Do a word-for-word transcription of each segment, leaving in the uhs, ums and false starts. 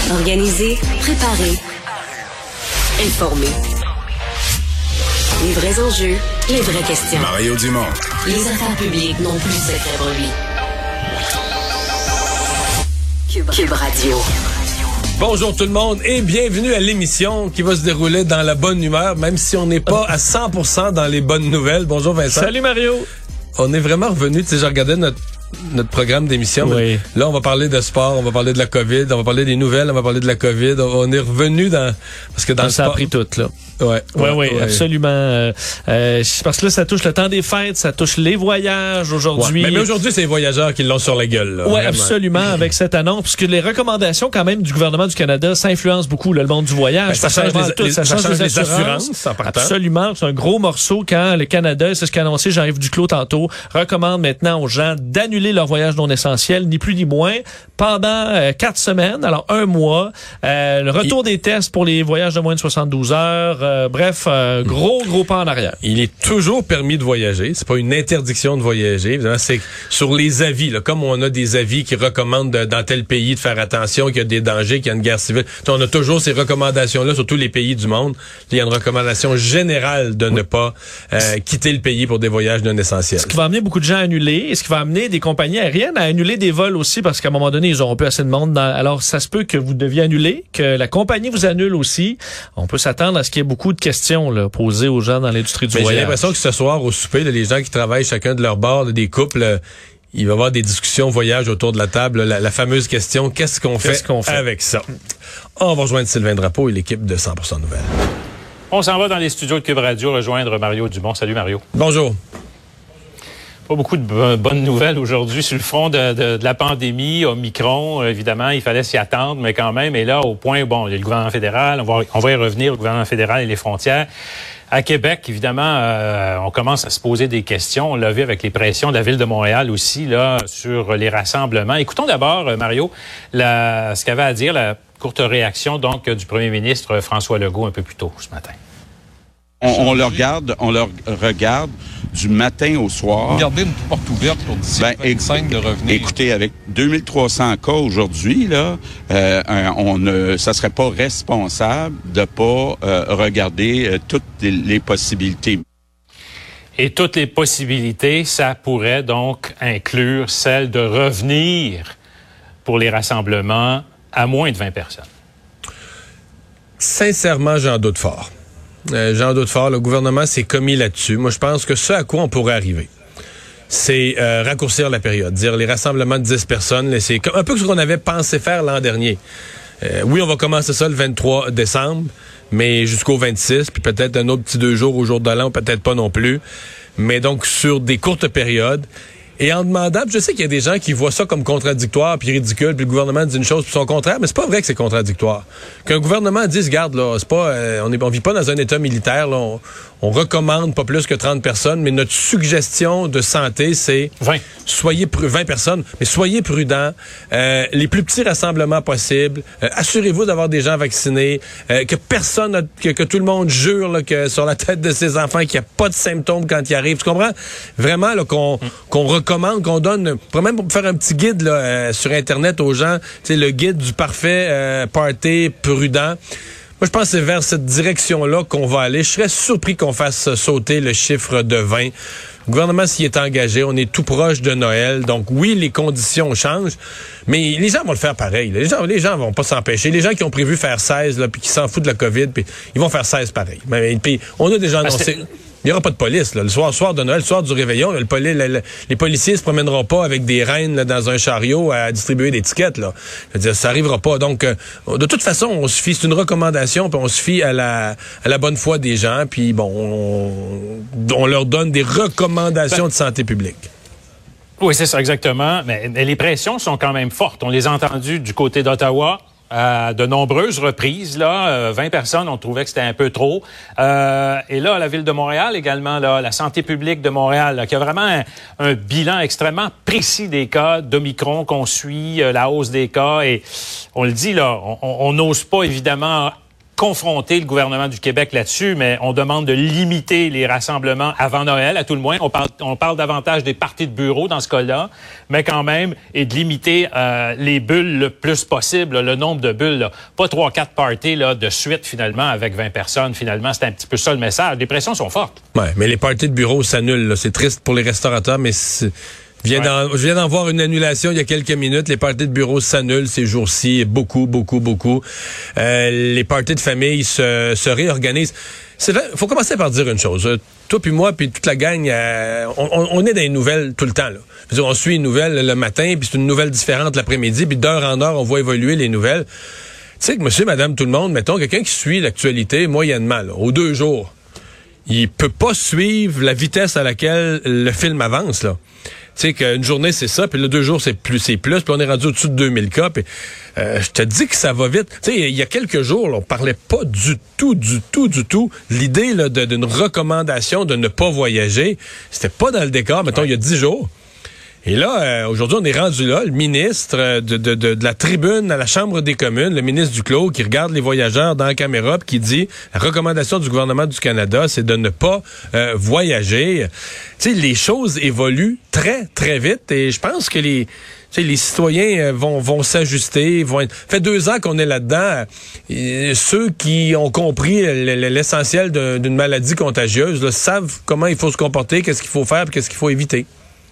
Organisé, préparé, informé. Les vrais enjeux, les vraies questions. Mario Dumont. Les affaires publiques n'ont plus de secret brebis. Cube, Cube Radio. Bonjour tout le monde et bienvenue à l'émission qui va se dérouler dans la bonne humeur, même si on n'est pas à cent pour cent dans les bonnes nouvelles. Bonjour Vincent. Salut Mario. On est vraiment revenu, tu sais, j'ai regardé notre notre programme d'émission. Oui. Là, on va parler de sport, on va parler de la COVID, on va parler des nouvelles, on va parler de la COVID. On est revenu dans... Parce que dans ça le sport... a pris tout, là. Ouais, oui, ouais, oui, ouais. absolument. Euh, euh, parce que là, ça touche le temps des fêtes, ça touche les voyages aujourd'hui. Ouais. Mais, mais aujourd'hui, c'est les voyageurs qui l'ont sur la gueule. Oui, absolument, avec cette annonce, puisque les recommandations quand même du gouvernement du Canada, ça influence beaucoup là, le monde du voyage. Ben, ça, ça, change change les, tout, les, ça, ça change change les les assurances. assurances en partant. Absolument, c'est un gros morceau quand le Canada, c'est ce qu'a annoncé Jean-Yves Duclos tantôt, recommande maintenant aux gens d'annuler leur voyage non essentiel, ni plus ni moins, pendant euh, quatre semaines, alors un mois, euh, le retour Il... des tests pour les voyages de moins de soixante-douze heures, euh, bref, euh, gros, gros pas en arrière. Il est toujours permis de voyager. C'est pas une interdiction de voyager. Évidemment, c'est sur les avis. Là, comme on a des avis qui recommandent de, dans tel pays de faire attention, qu'il y a des dangers, qu'il y a une guerre civile. On a toujours ces recommandations-là sur tous les pays du monde. Il y a une recommandation générale de oui. ne pas euh, quitter le pays pour des voyages non essentiels. Ce qui va amener beaucoup de gens à annuler et ce qui va amener des compagnies aériennes à annuler des vols aussi parce qu'à un moment donné, ils n'auront plus assez de monde. Dans... Alors, ça se peut que vous deviez annuler, que la compagnie vous annule aussi. On peut s'attendre à ce qu'il y ait beaucoup de questions là, posées aux gens dans l'industrie du Mais voyage. J'ai l'impression que ce soir, au souper, là, les gens qui travaillent chacun de leur bord, là, des couples, là, il va y avoir des discussions voyage autour de la table. Là, la, la fameuse question, qu'est-ce qu'on fait, qu'est-ce qu'on fait avec ça? On va rejoindre Sylvain Drapeau et l'équipe de cent pour cent Nouvelles. On s'en va dans les studios de Cube Radio rejoindre Mario Dumont. Salut Mario. Bonjour. Pas beaucoup de bonnes nouvelles aujourd'hui sur le front de, de, de la pandémie, Omicron. Évidemment, il fallait s'y attendre, mais quand même, et là, au point, bon, il y a le gouvernement fédéral, on va, on va y revenir, le gouvernement fédéral et les frontières. À Québec, évidemment, euh, on commence à se poser des questions. On l'a vu avec les pressions de la Ville de Montréal aussi, là, sur les rassemblements. Écoutons d'abord, Mario, la, ce qu'avait à dire la courte réaction, donc, du premier ministre François Legault un peu plus tôt ce matin. On, on le regarde, on le regarde du matin au soir. Gardez une porte ouverte pour d'ici ben, vingt-cinq de revenir. Écoutez, avec deux mille trois cents cas aujourd'hui, là, euh, on ne, ça serait pas responsable de pas euh, regarder euh, toutes les, les possibilités. Et toutes les possibilités, ça pourrait donc inclure celle de revenir pour les rassemblements à moins de vingt personnes. Sincèrement, j'en doute fort. Euh, J'en doute fort. Le gouvernement s'est commis là-dessus. Moi, je pense que ce à quoi on pourrait arriver, c'est euh, raccourcir la période. Dire les rassemblements de dix personnes, là, c'est un peu ce qu'on avait pensé faire l'an dernier. Euh, oui, on va commencer ça le vingt-trois décembre, mais jusqu'au vingt-six, puis peut-être un autre petit deux jours au jour de l'an, peut-être pas non plus. Mais donc, sur des courtes périodes, et en demandant, je sais qu'il y a des gens qui voient ça comme contradictoire puis ridicule, puis le gouvernement dit une chose puis son contraire, mais c'est pas vrai que c'est contradictoire. Qu'un gouvernement dise, regarde là, c'est pas, euh, on est, on vit pas dans un état militaire, là, on, on recommande pas plus que trente personnes, mais notre suggestion de santé, c'est vingt. Soyez pr- vingt personnes, mais soyez prudents, euh, les plus petits rassemblements possibles, euh, assurez-vous d'avoir des gens vaccinés, euh, que personne, a, que, que tout le monde jure là, que sur la tête de ses enfants qu'il n'y a pas de symptômes quand ils arrivent. Tu comprends? Vraiment là, qu'on, mm. qu'on recommande, qu'on donne, pour même pour faire un petit guide là, euh, sur Internet aux gens, tu sais, le guide du parfait euh, party prudent. Moi, je pense que c'est vers cette direction-là qu'on va aller. Je serais surpris qu'on fasse sauter le chiffre de vingt. Le gouvernement s'y est engagé. On est tout proche de Noël. Donc, oui, les conditions changent, mais les gens vont le faire pareil. Les gens, les gens vont pas s'empêcher. Les gens qui ont prévu faire seize, là, puis qui s'en foutent de la COVID, puis ils vont faire seize pareil. Mais, puis, on a déjà annoncé... Il n'y aura pas de police. Là. Le soir, soir de Noël, le soir du réveillon, là, le poli, le, le, les policiers se promèneront pas avec des reines là, dans un chariot à distribuer des tickets. Là. Je veux dire, ça arrivera pas. Donc, euh, de toute façon, on se fie, c'est une recommandation, puis on se fie à la, à la bonne foi des gens, puis bon, on, on leur donne des recommandations ben, de santé publique. Oui, c'est ça, exactement. Mais, mais les pressions sont quand même fortes. On les a entendues du côté d'Ottawa. À de nombreuses reprises, là, euh, vingt personnes, on trouvait que c'était un peu trop. Euh, et là, la Ville de Montréal également, là, la santé publique de Montréal, là, qui a vraiment un, un bilan extrêmement précis des cas d'Omicron qu'on suit, euh, la hausse des cas. Et on le dit, là, on n'ose pas, évidemment, confronter le gouvernement du Québec là-dessus, mais on demande de limiter les rassemblements avant Noël, à tout le moins. On parle, on parle davantage des parties de bureau dans ce cas-là, mais quand même, et de limiter euh, les bulles le plus possible, là, le nombre de bulles. Là. Pas trois, quatre parties là, de suite, finalement, avec vingt personnes. Finalement, c'est un petit peu ça le message. Les pressions sont fortes. Oui, mais les parties de bureau s'annulent. Là. C'est triste pour les restaurateurs, mais c'est... Je viens, ouais. je viens d'en voir une annulation il y a quelques minutes. Les parties de bureau s'annulent ces jours-ci. Beaucoup, beaucoup, beaucoup. Euh, les parties de famille se, se réorganisent. C'est vrai, faut commencer par dire une chose. Toi puis moi puis toute la gang, euh, on, on est dans les nouvelles tout le temps. Là. Je veux dire, on suit une nouvelle le matin, puis c'est une nouvelle différente l'après-midi, puis d'heure en heure, on voit évoluer les nouvelles. Tu sais que monsieur, madame, tout le monde, mettons, quelqu'un qui suit l'actualité moyennement, là, aux deux jours, il peut pas suivre la vitesse à laquelle le film avance, là. Tu sais qu'une journée, c'est ça, puis là, deux jours, c'est plus, c'est plus, puis on est rendu au-dessus de deux mille cas, puis euh, je te dis que ça va vite. Tu sais, il y a quelques jours, là, on parlait pas du tout, du tout, du tout. L'idée là, de, d'une recommandation de ne pas voyager, c'était pas dans le décor, mettons, ouais. il y a dix jours. Et là, euh, aujourd'hui, on est rendu là, le ministre de, de, de, de la tribune à la Chambre des communes, le ministre Duclos, qui regarde les voyageurs dans la caméra, puis qui dit, la recommandation du gouvernement du Canada, c'est de ne pas euh, voyager. Tu sais, les choses évoluent très, très vite, et je pense que les... Tu sais, les citoyens vont vont s'ajuster, vont être... Ça fait deux ans qu'on est là-dedans. Et ceux qui ont compris l'essentiel d'une maladie contagieuse là, savent comment il faut se comporter, qu'est-ce qu'il faut faire, qu'est-ce qu'il faut éviter.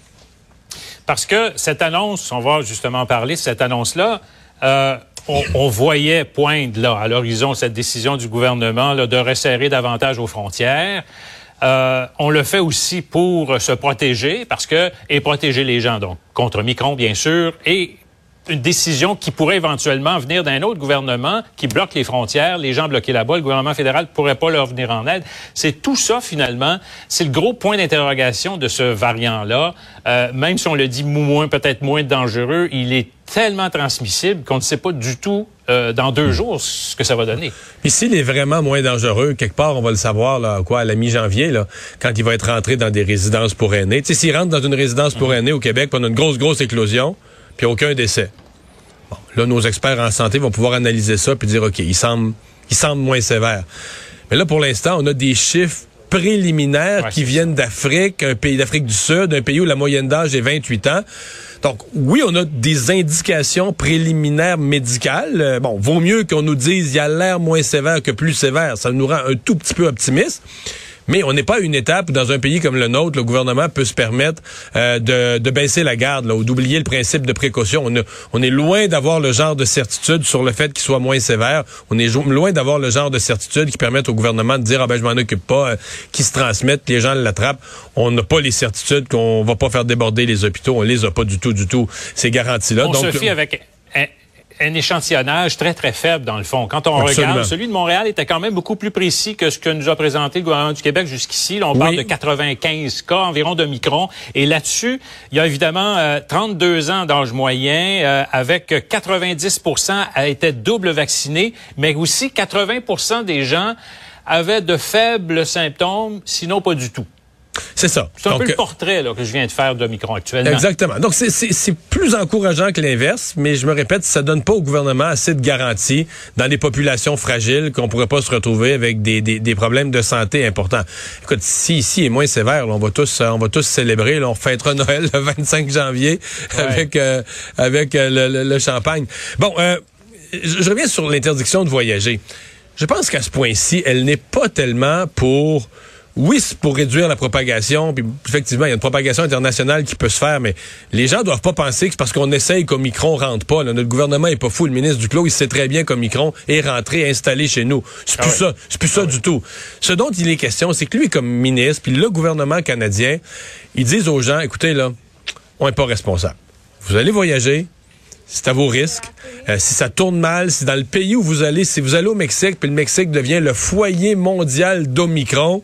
Parce que cette annonce, on va justement parler de cette annonce-là, euh, on, on voyait poindre là à l'horizon cette décision du gouvernement là, de resserrer davantage aux frontières. Euh, on le fait aussi pour se protéger, parce que et protéger les gens, donc contre Micron bien sûr, et une décision qui pourrait éventuellement venir d'un autre gouvernement qui bloque les frontières, les gens bloqués là-bas, le gouvernement fédéral ne pourrait pas leur venir en aide. C'est tout ça, finalement, c'est le gros point d'interrogation de ce variant-là. Euh, même si on le dit moins, peut-être moins dangereux, il est tellement transmissible qu'on ne sait pas du tout euh, dans deux jours ce que ça va donner. Puis s'il est vraiment moins dangereux, quelque part, on va le savoir là, quoi, à la mi-janvier, là, quand il va être rentré dans des résidences pour aînés. Tu sais, s'il rentre dans une résidence pour aînés au Québec, pendant une grosse, grosse éclosion, puis aucun décès. Bon, là, nos experts en santé vont pouvoir analyser ça puis dire, OK, il semble, il semble moins sévère. Mais là, pour l'instant, on a des chiffres préliminaires ouais, qui viennent d'Afrique, un pays d'Afrique du Sud, un pays où la moyenne d'âge est vingt-huit ans. Donc, oui, on a des indications préliminaires médicales. Euh, bon, vaut mieux qu'on nous dise, il a l'air moins sévère que plus sévère. Ça nous rend un tout petit peu optimistes. Mais on n'est pas à une étape où, dans un pays comme le nôtre, le gouvernement peut se permettre euh, de, de baisser la garde là, ou d'oublier le principe de précaution. On, a, on est loin d'avoir le genre de certitude sur le fait qu'il soit moins sévère. On est loin d'avoir le genre de certitude qui permette au gouvernement de dire « Ah ben, je m'en occupe pas, euh, qui se transmettent, les gens l'attrapent ». On n'a pas les certitudes qu'on va pas faire déborder les hôpitaux. On les a pas du tout, du tout, ces garanties-là. On Donc, se fie avec... Un... un échantillonnage très, très faible, dans le fond. Quand on Absolument. regarde, celui de Montréal était quand même beaucoup plus précis que ce que nous a présenté le gouvernement du Québec jusqu'ici. Là, on oui. parle de quatre-vingt-quinze cas environ de Micron. Et là-dessus, il y a évidemment euh, trente-deux ans d'âge moyen, euh, avec quatre-vingt-dix pour cent étaient double vaccinés, mais aussi quatre-vingts pour cent des gens avaient de faibles symptômes, sinon pas du tout. C'est ça. C'est un Donc, peu le portrait là, que je viens de faire de Micron actuellement. Exactement. Donc, c'est, c'est, c'est plus encourageant que l'inverse, mais je me répète, ça donne pas au gouvernement assez de garanties dans des populations fragiles qu'on pourrait pas se retrouver avec des, des, des problèmes de santé importants. Écoute, si ici est moins sévère, là, on va tous on va tous célébrer. Là, on fêtera Noël le vingt-cinq janvier ouais. avec, euh, avec euh, le, le, le champagne. Bon, euh, je, je reviens sur l'interdiction de voyager. Je pense qu'à ce point-ci, elle n'est pas tellement pour... Oui, c'est pour réduire la propagation, puis effectivement, il y a une propagation internationale qui peut se faire, mais les gens doivent pas penser que c'est parce qu'on essaye qu'Omicron rentre pas. Là. Notre gouvernement est pas fou. Le ministre Duclos, il sait très bien qu'Omicron est rentré, installé chez nous. C'est plus ah ça. C'est plus ah ça oui. du tout. Ce dont il est question, c'est que lui, comme ministre, puis le gouvernement canadien, ils disent aux gens, écoutez, là, on n'est pas responsable. Vous allez voyager, c'est à vos risques. Euh, si ça tourne mal, si dans le pays où vous allez, si vous allez au Mexique, puis le Mexique devient le foyer mondial d'Omicron,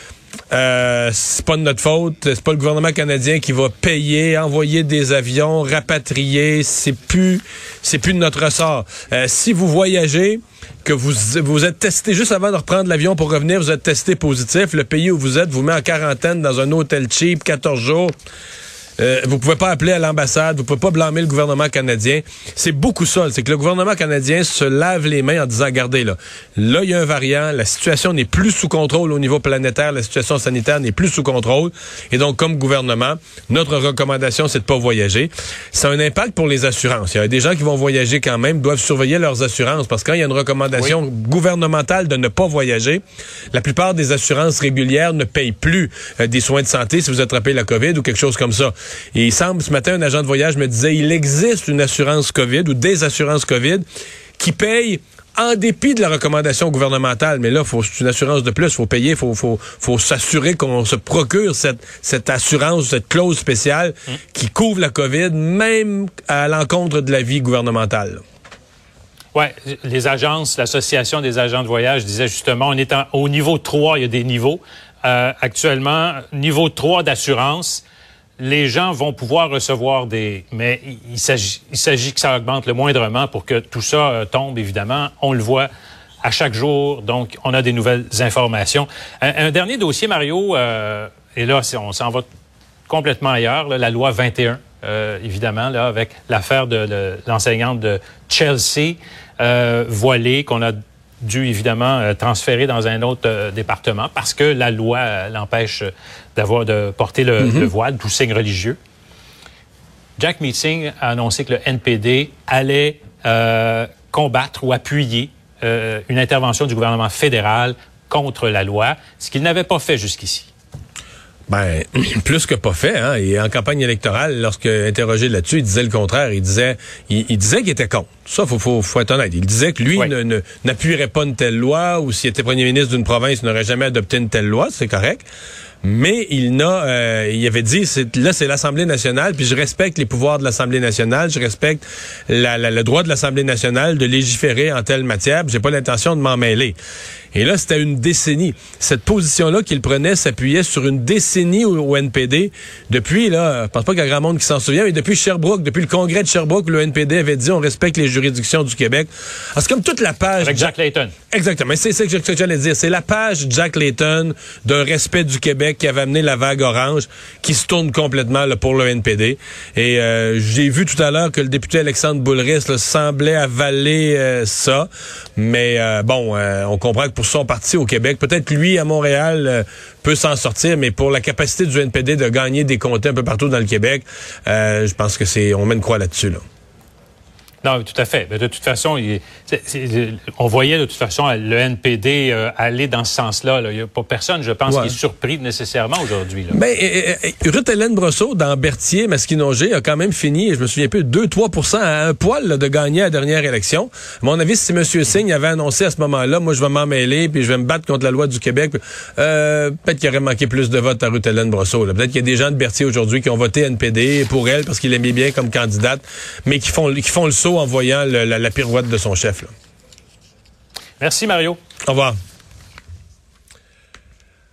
euh, c'est pas de notre faute. C'est pas le gouvernement canadien qui va payer, envoyer des avions, rapatrier. C'est plus, c'est plus de notre ressort. Euh, si vous voyagez, que vous vous êtes testé juste avant de reprendre l'avion pour revenir, vous êtes testé positif, le pays où vous êtes vous met en quarantaine dans un hôtel cheap, quatorze jours. Euh, vous pouvez pas appeler à l'ambassade, vous pouvez pas blâmer le gouvernement canadien. C'est beaucoup ça. C'est que le gouvernement canadien se lave les mains en disant, regardez, là, là, il y a un variant, la situation n'est plus sous contrôle au niveau planétaire, la situation sanitaire n'est plus sous contrôle. Et donc, comme gouvernement, notre recommandation, c'est de pas voyager. Ça a un impact pour les assurances. Il y a des gens qui vont voyager quand même, doivent surveiller leurs assurances, parce que quand il y a une recommandation oui. gouvernementale de ne pas voyager, la plupart des assurances régulières ne payent plus euh, des soins de santé si vous attrapez la COVID ou quelque chose comme ça. Et il semble, ce matin, un agent de voyage me disait, il existe une assurance COVID ou des assurances COVID qui payent en dépit de la recommandation gouvernementale. Mais là, faut, c'est une assurance de plus, il faut payer, il faut, faut, faut s'assurer qu'on se procure cette, cette assurance, cette clause spéciale mmh. qui couvre la COVID, même à l'encontre de l'avis gouvernemental. Oui, les agences, l'Association des agents de voyage disait justement, on est en, au niveau trois, il y a des niveaux. Euh, actuellement, niveau trois d'assurance, les gens vont pouvoir recevoir des... Mais il s'agit, il s'agit que ça augmente le moindrement pour que tout ça euh, tombe, évidemment. On le voit à chaque jour, donc on a des nouvelles informations. Un, un dernier dossier, Mario, euh, et là, on s'en va complètement ailleurs, là, la loi vingt et un. Euh, évidemment, là, avec l'affaire de, de l'enseignante de Chelsea, euh, voilée, qu'on a dû, évidemment, euh, transférer dans un autre euh, département parce que la loi euh, l'empêche d'avoir de porter le, mm-hmm. le voile, tout signe religieux. Jack Meeting a annoncé que le N P D allait euh, combattre ou appuyer euh, une intervention du gouvernement fédéral contre la loi, ce qu'il n'avait pas fait jusqu'ici. Ben, plus que pas fait, hein. Et en campagne électorale, lorsque interrogé là-dessus, il disait le contraire. Il disait, il, il disait qu'il était contre. Ça, faut, faut, faut être honnête. Il disait que lui oui. ne, ne, n'appuierait pas une telle loi, ou s'il était premier ministre d'une province, il n'aurait jamais adopté une telle loi. C'est correct. Mais il n'a, euh, il avait dit, c'est, là, c'est l'Assemblée nationale, puis je respecte les pouvoirs de l'Assemblée nationale, je respecte la, la, le droit de l'Assemblée nationale de légiférer en telle matière, puis j'ai pas l'intention de m'en mêler. Et là, c'était une décennie. Cette position-là qu'il prenait s'appuyait sur une décennie au, au N P D. Depuis, là, je pense pas qu'il y a grand monde qui s'en souvient, mais depuis Sherbrooke, depuis le congrès de Sherbrooke, le N P D avait dit on respecte les juridictions du Québec. Alors, c'est comme toute la page... Avec Jack Layton. Exactement. C'est ce que j'allais dire. C'est la page Jack Layton d'un respect du Québec qui avait amené la vague orange, qui se tourne complètement là, pour le N P D. Et euh, j'ai vu tout à l'heure que le député Alexandre Boulris là, semblait avaler euh, ça. Mais euh, bon, euh, on comprend que pour son parti au Québec, peut-être lui, à Montréal, euh, peut s'en sortir, mais pour la capacité du N P D de gagner des comtés un peu partout dans le Québec, euh, je pense que c'est on met une croix là-dessus, là. Non, tout à fait. Mais de toute façon, il, c'est, c'est, on voyait de toute façon le N P D euh, aller dans ce sens-là. Là. Il n'y a pas personne, je pense, ouais. qui est surpris nécessairement aujourd'hui. Là. Mais euh, euh, Ruth-Hélène Brosseau, dans Berthier, Masquinongé, a quand même fini, je me souviens plus, deux à trois pour cent à un poil là, de gagner à la dernière élection. À mon avis, si M. Singh avait annoncé à ce moment-là, moi, je vais m'en mêler, puis je vais me battre contre la loi du Québec, euh, peut-être qu'il aurait manqué plus de votes à Ruth-Hélène Brosseau. Là. Peut-être qu'il y a des gens de Berthier aujourd'hui qui ont voté N P D pour elle parce qu'ils l'aimaient bien comme candidate, mais qui font, qui font le saut en voyant le, la, la pirouette de son chef. Là. Merci, Mario. Au revoir.